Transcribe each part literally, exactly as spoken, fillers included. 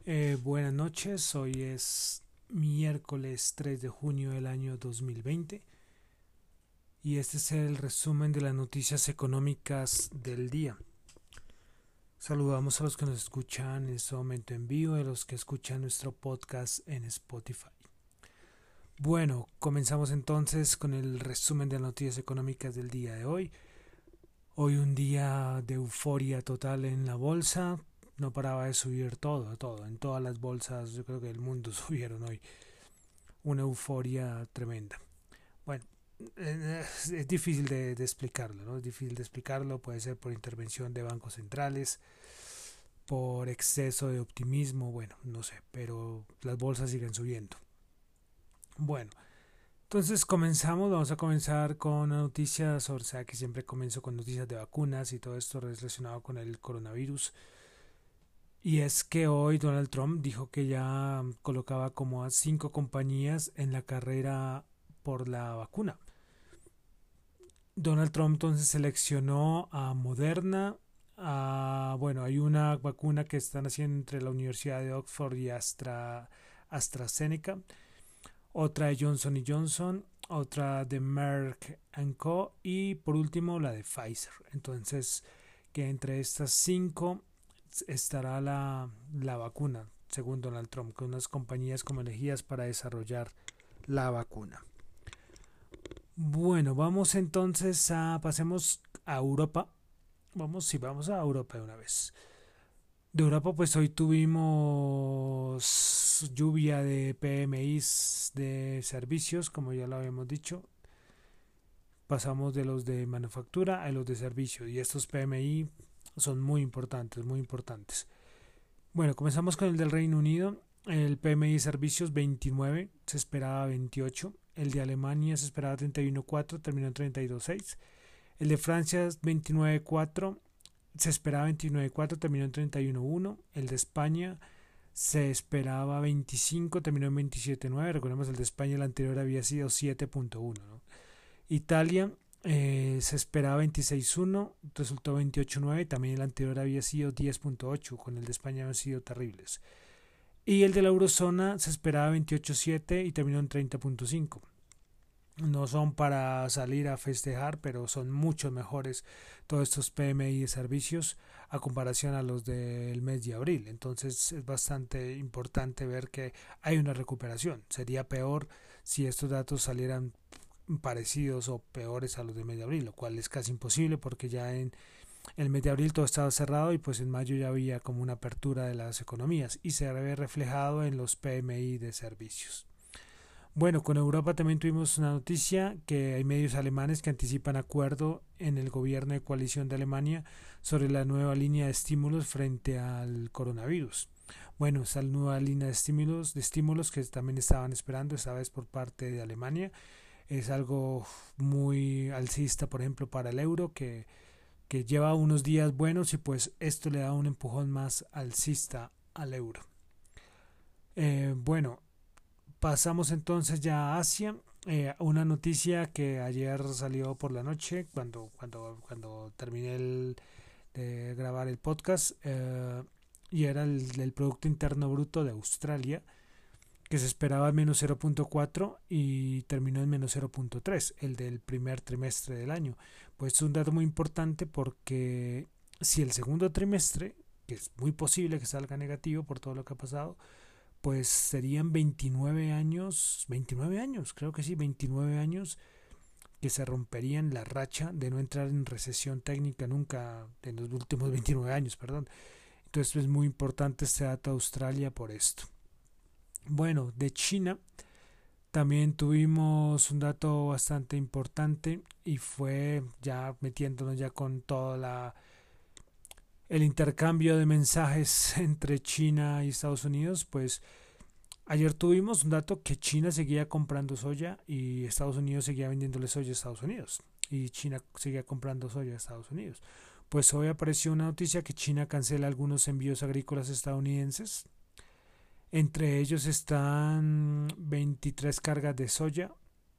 Eh, buenas noches, hoy es miércoles tres de junio del año dos mil veinte y este es el resumen de las noticias económicas del día. Saludamos a los que nos escuchan en este momento en vivo y a los que escuchan nuestro podcast en Spotify. Bueno, comenzamos entonces con el resumen de las noticias económicas del día de hoy. Hoy un día de euforia total en la bolsa. No paraba de subir todo, todo. En todas las bolsas, yo creo que del mundo subieron hoy. Una euforia tremenda. Bueno, es, es difícil de, de explicarlo, ¿no? Es difícil de explicarlo. Puede ser por intervención de bancos centrales, por exceso de optimismo, bueno, no sé, pero las bolsas siguen subiendo. Bueno, entonces comenzamos, vamos a comenzar con noticias, o sea que siempre comienzo con noticias de vacunas y todo esto relacionado con el coronavirus. Y es que hoy Donald Trump dijo que ya colocaba como a cinco compañías en la carrera por la vacuna. Donald Trump entonces seleccionó a Moderna, a, bueno, hay una vacuna que están haciendo entre la Universidad de Oxford y Astra, AstraZeneca, otra de Johnson y Johnson, otra de Merck and Co. y por último la de Pfizer. Entonces, que entre estas cinco estará la, la vacuna, según Donald Trump, con unas compañías como elegidas para desarrollar la vacuna. Bueno, vamos entonces a, pasemos a Europa. Vamos, sí, vamos a Europa de una vez. De Europa, pues hoy tuvimos lluvia de P M Is de servicios, como ya lo habíamos dicho. Pasamos de los de manufactura a los de servicios y estos P M I son muy importantes, muy importantes. Bueno, comenzamos con el del Reino Unido. El P M I de servicios veintinueve, se esperaba veintiocho. El de Alemania se esperaba treinta y uno punto cuatro, terminó en treinta y dos punto seis. El de Francia veintinueve punto cuatro, se esperaba veintinueve punto cuatro, terminó en treinta y uno punto uno. El de España se esperaba veinticinco, terminó en veintisiete punto nueve. Recordemos el de España, el anterior había sido siete punto uno, ¿no? Italia eh, se esperaba veintiséis punto uno, resultó veintiocho punto nueve, también el anterior había sido diez punto ocho, con el de España han sido terribles. Y el de la eurozona se esperaba veintiocho punto siete y terminó en treinta punto cinco. No son para salir a festejar, pero son mucho mejores todos estos P M I de servicios a comparación a los del mes de abril. Entonces es bastante importante ver que hay una recuperación. Sería peor si estos datos salieran parecidos o peores a los del mes de abril, lo cual es casi imposible porque ya en el mes de abril todo estaba cerrado y pues en mayo ya había como una apertura de las economías y se ve reflejado en los P M I de servicios. Bueno, con Europa también tuvimos una noticia que hay medios alemanes que anticipan acuerdo en el gobierno de coalición de Alemania sobre la nueva línea de estímulos frente al coronavirus. Bueno, esa nueva línea de estímulos, de estímulos que también estaban esperando, esta vez por parte de Alemania, es algo muy alcista, por ejemplo, para el euro, que, que lleva unos días buenos y pues esto le da un empujón más alcista al euro. Eh, bueno, pasamos entonces ya a Asia. Eh, una noticia que ayer salió por la noche, cuando, cuando, cuando terminé el, de grabar el podcast, eh, y era el del Producto Interno Bruto de Australia, que se esperaba menos cero punto cuatro y terminó en menos cero punto tres, el del primer trimestre del año. Pues es un dato muy importante porque si el segundo trimestre, que es muy posible que salga negativo por todo lo que ha pasado, pues serían veintinueve años, veintinueve años, creo que sí, veintinueve años que se romperían la racha de no entrar en recesión técnica nunca en los últimos veintinueve años, perdón. Entonces es muy importante este dato de Australia por esto. Bueno, de China también tuvimos un dato bastante importante y fue ya metiéndonos ya con toda la el intercambio de mensajes entre China y Estados Unidos. Pues ayer tuvimos un dato que China seguía comprando soya y Estados Unidos seguía vendiéndole soya a Estados Unidos y China seguía comprando soya a Estados Unidos. Pues hoy apareció una noticia que China cancela algunos envíos agrícolas estadounidenses. Entre ellos están veintitrés cargas de soya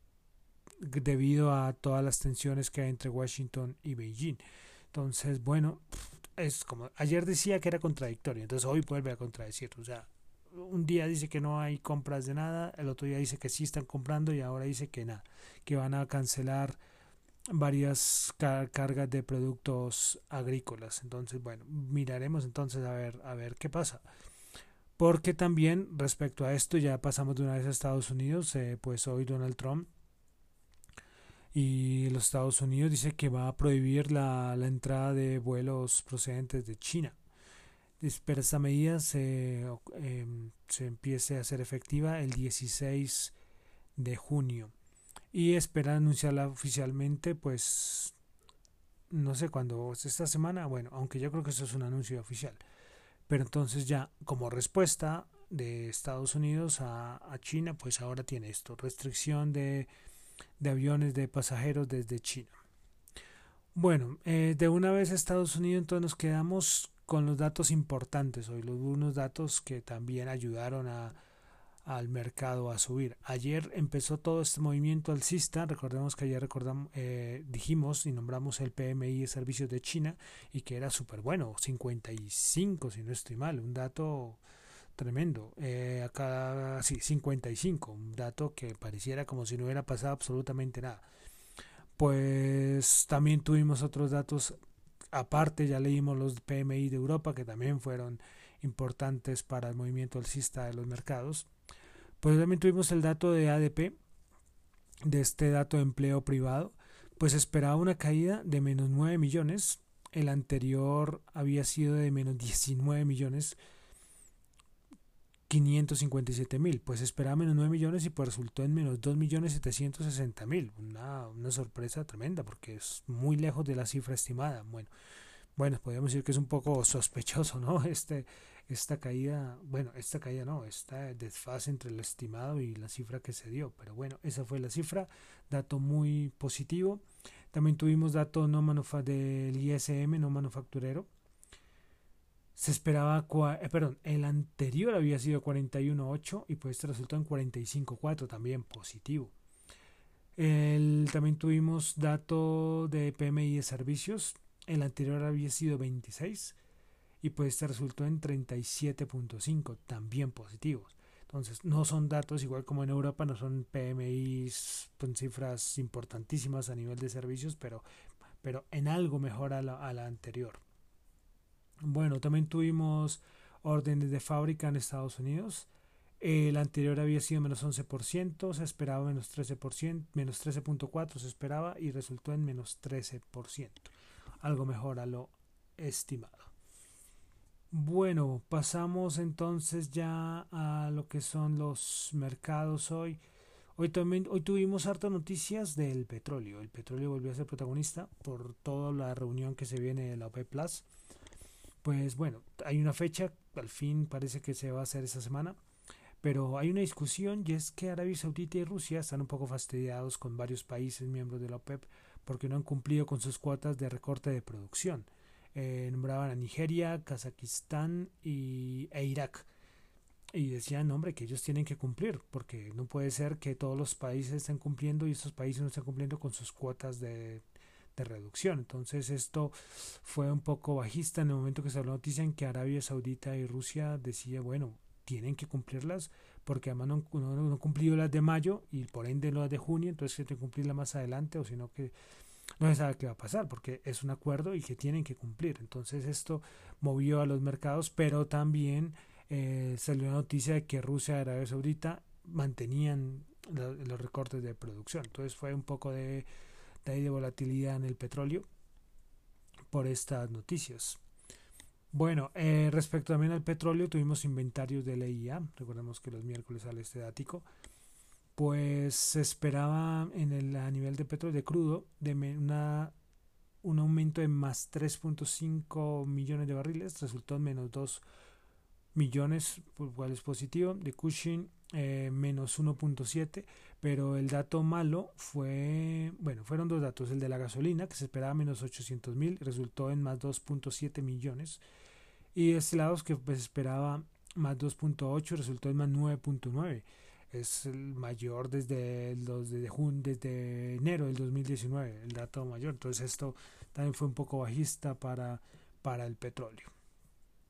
debido a todas las tensiones que hay entre Washington y Beijing. Entonces, bueno, es como ayer decía que era contradictorio, entonces hoy vuelve a contradecir. O sea, un día dice que no hay compras de nada, el otro día dice que sí están comprando y ahora dice que nada, que van a cancelar varias car cargas de productos agrícolas. Entonces, bueno, miraremos entonces a ver a ver qué pasa. Porque también respecto a esto ya pasamos de una vez a Estados Unidos, eh, pues hoy Donald Trump y los Estados Unidos dice que va a prohibir la, la entrada de vuelos procedentes de China. Espera esta medida se, eh, se empiece a hacer efectiva el dieciséis de junio y espera anunciarla oficialmente pues no sé cuándo esta semana, bueno, aunque yo creo que eso es un anuncio oficial, pero entonces ya como respuesta de Estados Unidos a, a China pues ahora tiene esto, restricción de, de aviones de pasajeros desde China. Bueno, eh, de una vez Estados Unidos entonces nos quedamos con los datos importantes hoy, los unos datos que también ayudaron a, al mercado a subir. Ayer empezó todo este movimiento alcista, recordemos que ayer recordamos, eh, dijimos y nombramos el P M I de servicios de China y que era súper bueno, cincuenta y cinco si no estoy mal, un dato tremendo. Eh, acá sí, cincuenta y cinco, un dato que pareciera como si no hubiera pasado absolutamente nada. Pues también tuvimos otros datos aparte, ya leímos los P M I de Europa que también fueron importantes para el movimiento alcista de los mercados. Pues también tuvimos el dato de A D P, de este dato de empleo privado, pues esperaba una caída de menos nueve millones, el anterior había sido de menos diecinueve millones quinientos cincuenta y siete mil, pues esperaba menos nueve millones y pues resultó en menos dos millones setecientos sesenta mil, una, una sorpresa tremenda porque es muy lejos de la cifra estimada. Bueno, bueno, podríamos decir que es un poco sospechoso, ¿no? Este, esta caída, bueno, esta caída no, esta desfase entre el estimado y la cifra que se dio, pero bueno, esa fue la cifra, dato muy positivo. También tuvimos dato no manufa del I S M, no manufacturero. Se esperaba, eh, perdón, el anterior había sido cuarenta y uno punto ocho y pues este resultó en cuarenta y cinco punto cuatro, también positivo. El, también tuvimos dato de P M I de servicios, el anterior había sido veintiséis y pues este resultó en treinta y siete punto cinco, también positivos. Entonces no son datos igual como en Europa, no son P M Is con cifras importantísimas a nivel de servicios, pero, pero en algo mejor a la, a la anterior. Bueno, también tuvimos órdenes de fábrica en Estados Unidos. El anterior había sido menos once por ciento, se esperaba menos trece por ciento, menos trece punto cuatro por ciento se esperaba y resultó en menos trece por ciento, algo mejor a lo estimado. Bueno, pasamos entonces ya a lo que son los mercados hoy. Hoy también hoy tuvimos hartas noticias del petróleo. El petróleo volvió a ser protagonista por toda la reunión que se viene de la OPEP Plus. Pues bueno, hay una fecha, al fin parece que se va a hacer esta semana, pero hay una discusión y es que Arabia Saudita y Rusia están un poco fastidiados con varios países miembros de la OPEP porque no han cumplido con sus cuotas de recorte de producción. Eh, nombraban a Nigeria, Kazajistán y, e Irak. Y decían, hombre, que ellos tienen que cumplir, porque no puede ser que todos los países estén cumpliendo y estos países no estén cumpliendo con sus cuotas de, de reducción. Entonces esto fue un poco bajista en el momento que se habló noticia en que Arabia Saudita y Rusia decía, bueno, tienen que cumplirlas porque además no, no, no cumplido las de mayo y por ende las de junio, entonces tienen que cumplirlas más adelante o sino que no se sabe qué va a pasar porque es un acuerdo y que tienen que cumplir. Entonces esto movió a los mercados, pero también eh, salió la noticia de que Rusia y Arabia Saudita mantenían lo, los recortes de producción. Entonces fue un poco de, de, de volatilidad en el petróleo por estas noticias. Bueno, eh, respecto también al petróleo, tuvimos inventarios de la I A. Recordemos que los miércoles sale este dático. Pues se esperaba en el a nivel de petróleo de crudo de una, un aumento de más tres punto cinco millones de barriles, resultó en menos dos millones, por cual es positivo. De Cushing eh, menos uno punto siete, pero el dato malo fue, bueno, fueron dos datos, el de la gasolina que se esperaba menos ochocientos mil, resultó en más dos punto siete millones, y destilados que pues esperaba más dos punto ocho, resultó en más nueve punto nueve. Es el mayor desde los desde, jun, desde enero del dos mil diecinueve, el dato mayor. Entonces esto también fue un poco bajista para, para el petróleo.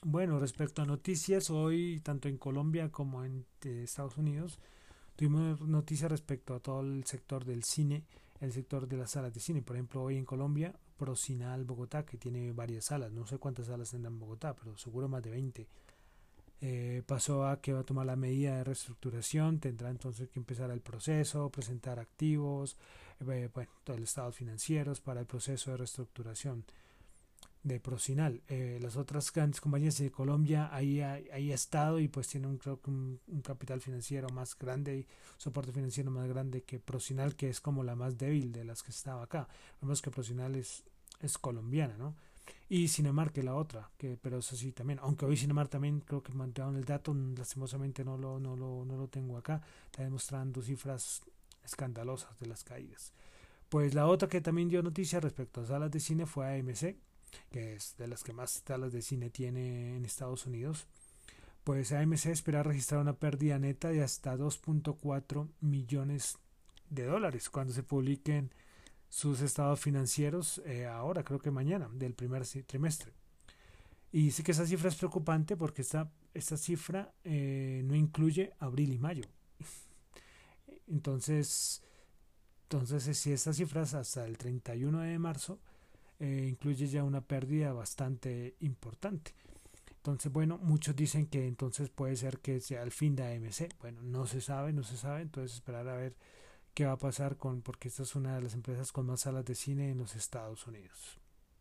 Bueno, respecto a noticias, hoy tanto en Colombia como en eh, Estados Unidos tuvimos noticias respecto a todo el sector del cine, el sector de las salas de cine. Por ejemplo, hoy en Colombia, Procinal Bogotá, que tiene varias salas, no sé cuántas salas tendrá en Bogotá, pero seguro más de veinte. Eh, pasó a que va a tomar la medida de reestructuración, tendrá entonces que empezar el proceso, presentar activos, eh, bueno, todos los estados financieros para el proceso de reestructuración de Procinal. Eh, las otras grandes compañías de Colombia ahí ha, ahí ha estado y pues tiene un, creo que un, un capital financiero más grande y soporte financiero más grande que Procinal, que es como la más débil de las que estaba acá. Vemos que Procinal es, es colombiana, ¿no? Y Cinemar, que la otra, que pero eso sí también, aunque hoy Cinemar también creo que mantenieron el dato, lastimosamente no lo, no lo, no lo tengo acá, está demostrando cifras escandalosas de las caídas. Pues la otra que también dio noticia respecto a salas de cine fue A M C, que es de las que más salas de cine tiene en Estados Unidos. Pues A M C espera registrar una pérdida neta de hasta dos punto cuatro millones de dólares cuando se publiquen sus estados financieros eh, ahora, creo que mañana, del primer trimestre. Y sí que esa cifra es preocupante porque esta, esta cifra eh, no incluye abril y mayo. Entonces, entonces si estas cifras hasta el treinta y uno de marzo eh, incluye ya una pérdida bastante importante. Entonces, bueno, muchos dicen que entonces puede ser que sea el fin de A M C. Bueno, no se sabe, no se sabe, entonces esperar a ver qué va a pasar con, porque esta es una de las empresas con más salas de cine en los Estados Unidos.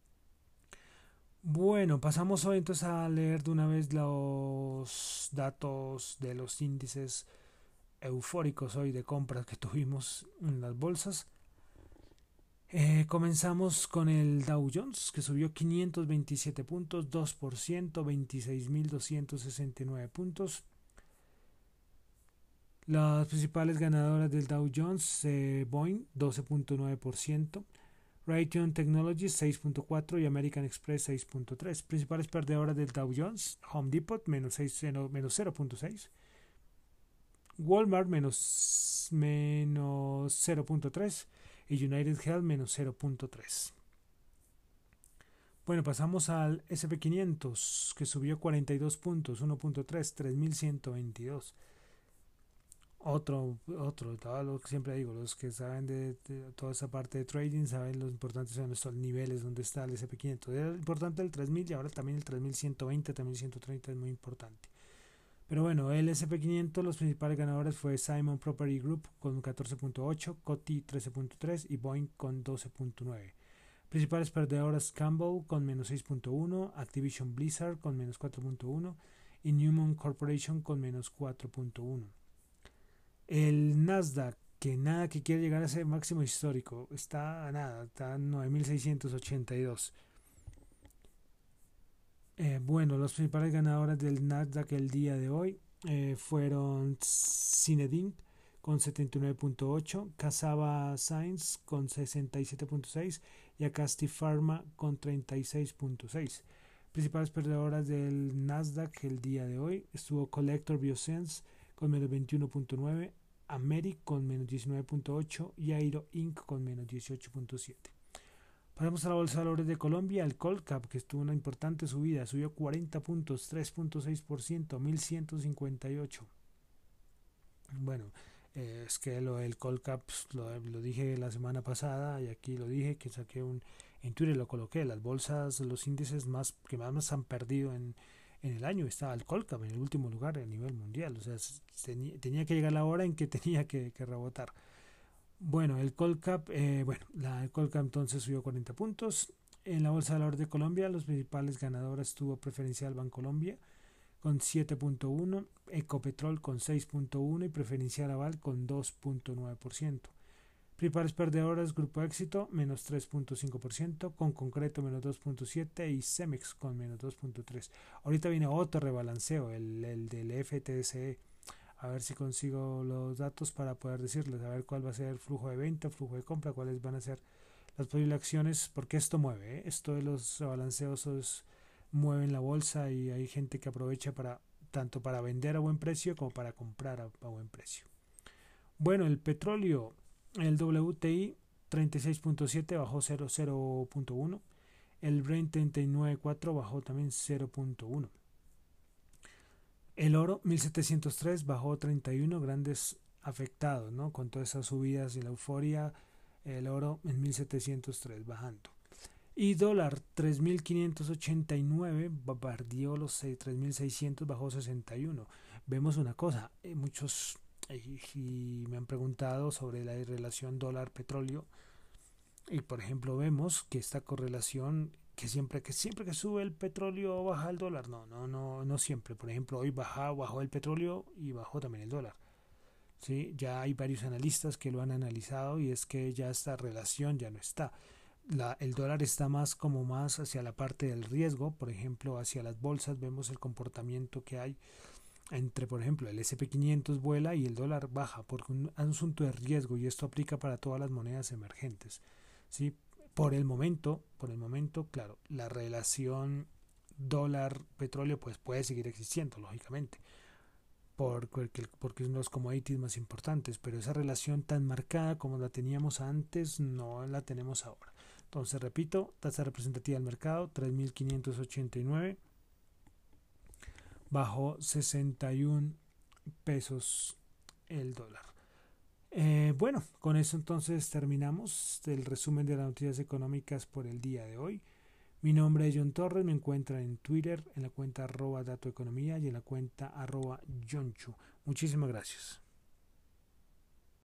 Bueno, pasamos hoy entonces a leer de una vez los datos de los índices eufóricos hoy de compras que tuvimos en las bolsas. Eh, comenzamos con el Dow Jones, que subió quinientos veintisiete puntos, dos por ciento, veintiséis mil doscientos sesenta y nueve puntos. Las principales ganadoras del Dow Jones, eh, Boeing, doce punto nueve por ciento, Raytheon Technologies, seis punto cuatro por ciento y American Express, seis punto tres por ciento. Principales perdedoras del Dow Jones, Home Depot, menos, menos cero punto seis por ciento, Walmart, menos, menos cero punto tres por ciento y United Health, menos cero punto tres por ciento. Bueno, pasamos al ese and pe quinientos, que subió cuarenta y dos puntos, uno punto tres, tres mil ciento veintidós. Otro, otro, todo lo que siempre digo, los que saben de, de toda esa parte de trading saben lo importantes son estos niveles donde está el ese and pe quinientos. Era importante el tres mil y ahora también el tres mil ciento veinte, tres mil ciento treinta es muy importante. Pero bueno, el ese and pe quinientos, los principales ganadores fue Simon Property Group con catorce punto ocho, Coty trece punto tres y Boeing con doce punto nueve. Principales perdedoras Campbell con menos seis punto uno, Activision Blizzard con menos cuatro punto uno y Newmont Corporation con menos cuatro punto uno. El Nasdaq, que nada, que quiere llegar a ese máximo histórico, está a nada, está en nueve mil seiscientos ochenta y dos. Eh, bueno, los principales ganadores del Nasdaq el día de hoy eh, fueron Cinedin con setenta y nueve punto ocho, Casaba Science con sesenta y siete punto seis y Acasti Pharma con treinta y seis punto seis. Principales perdedoras del Nasdaq el día de hoy estuvo Collector Biosense con menos veintiuno punto nueve, Americ con menos diecinueve punto ocho y Airo Inc con menos dieciocho punto siete. Pasamos a la bolsa de valores de Colombia, el Colcap, que estuvo una importante subida, subió cuarenta puntos, tres punto seis por ciento, mil ciento cincuenta y ocho. Bueno, eh, es que lo del Colcap lo, lo dije la semana pasada y aquí lo dije, que saqué un, en Twitter lo coloqué, las bolsas, los índices más que más han perdido en, en el año, estaba el Colcap en el último lugar a nivel mundial, o sea, tenía, tenía que llegar la hora en que tenía que, que rebotar. Bueno, el Colcap, eh, bueno, la, el Colcap entonces subió cuarenta puntos. En la Bolsa de Valores de Colombia, los principales ganadores estuvo Preferencial Bancolombia con siete punto uno, Ecopetrol con seis punto uno y Preferencial Aval con dos punto nueve por ciento. Principales perdedores, Grupo Éxito, menos tres punto cinco por ciento, con Concreto menos dos punto siete por ciento y Cemex con menos dos punto tres por ciento. Ahorita viene otro rebalanceo, el, el del F T S E. A ver si consigo los datos para poder decirles, a ver cuál va a ser el flujo de venta, flujo de compra, cuáles van a ser las posibles acciones, porque esto mueve, ¿eh? Esto de los balanceos mueven la bolsa y hay gente que aprovecha para tanto para vender a buen precio como para comprar a, a buen precio. Bueno, el petróleo, el W T I treinta y seis punto siete bajó cero punto uno, el Brent treinta y nueve punto cuatro bajó también cero punto uno. El oro mil setecientos tres bajó treinta y uno, grandes afectados, ¿no? Con todas esas subidas y la euforia, el oro en mil setecientos tres bajando. Y dólar tres mil quinientos ochenta y nueve, bardió los tres mil seiscientos, bajó sesenta y uno. Vemos una cosa, eh, muchos eh, y me han preguntado sobre la relación dólar-petróleo, y por ejemplo vemos que esta correlación, que siempre que siempre que sube el petróleo baja el dólar. No, no, no, no siempre. Por ejemplo, hoy baja, bajó el petróleo y bajó también el dólar. ¿Sí? Ya hay varios analistas que lo han analizado y es que ya esta relación ya no está. La, el dólar está más como más hacia la parte del riesgo, por ejemplo, hacia las bolsas vemos el comportamiento que hay entre, por ejemplo, el ese and pe quinientos vuela y el dólar baja, porque un asunto de riesgo, y esto aplica para todas las monedas emergentes. ¿Sí? Por el momento, por el momento, claro, la relación dólar-petróleo pues puede seguir existiendo, lógicamente, porque, porque es uno de los commodities más importantes, pero esa relación tan marcada como la teníamos antes no la tenemos ahora. Entonces, repito, tasa representativa del mercado tres mil quinientos ochenta y nueve, bajó sesenta y uno pesos el dólar. Eh, bueno, con eso entonces terminamos el resumen de las noticias económicas por el día de hoy. Mi nombre es John Torres, me encuentran en Twitter en la cuenta arroba datoeconomía y en la cuenta arroba Jonchu. Muchísimas gracias.